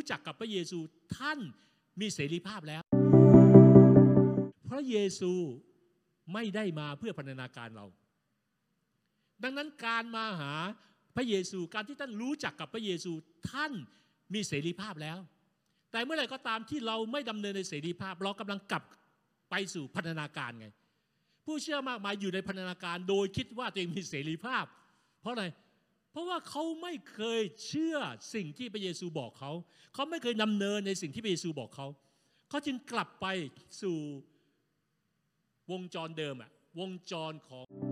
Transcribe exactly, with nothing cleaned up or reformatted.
จักกับพระเยซูท่านมีเสรีภาพแล้วพระเยซูไม่ได้มาเพื่อพันธนาการเราดังนั้นการมาหาพระเยซูการที่ท่านรู้จักกับพระเยซูท่านมีเสรีภาพแล้วแต่เมื่อไหร่ก็ตามที่เราไม่ดำเนินในเสรีภาพเรากำลังกลับไปสู่พันธนาการไงผู้เชื่อมากมายอยู่ในพันธนาการโดยคิดว่าตัวเองมีเสรีภาพเพราะอะไรเพราะว่าเขาไม่เคยเชื่อสิ่งที่พระเยซูบอกเขาเขาไม่เคยดำเนินในสิ่งที่พระเยซูบอกเขาเขาจึงกลับไปสู่วงจรเดิมอะวงจรของ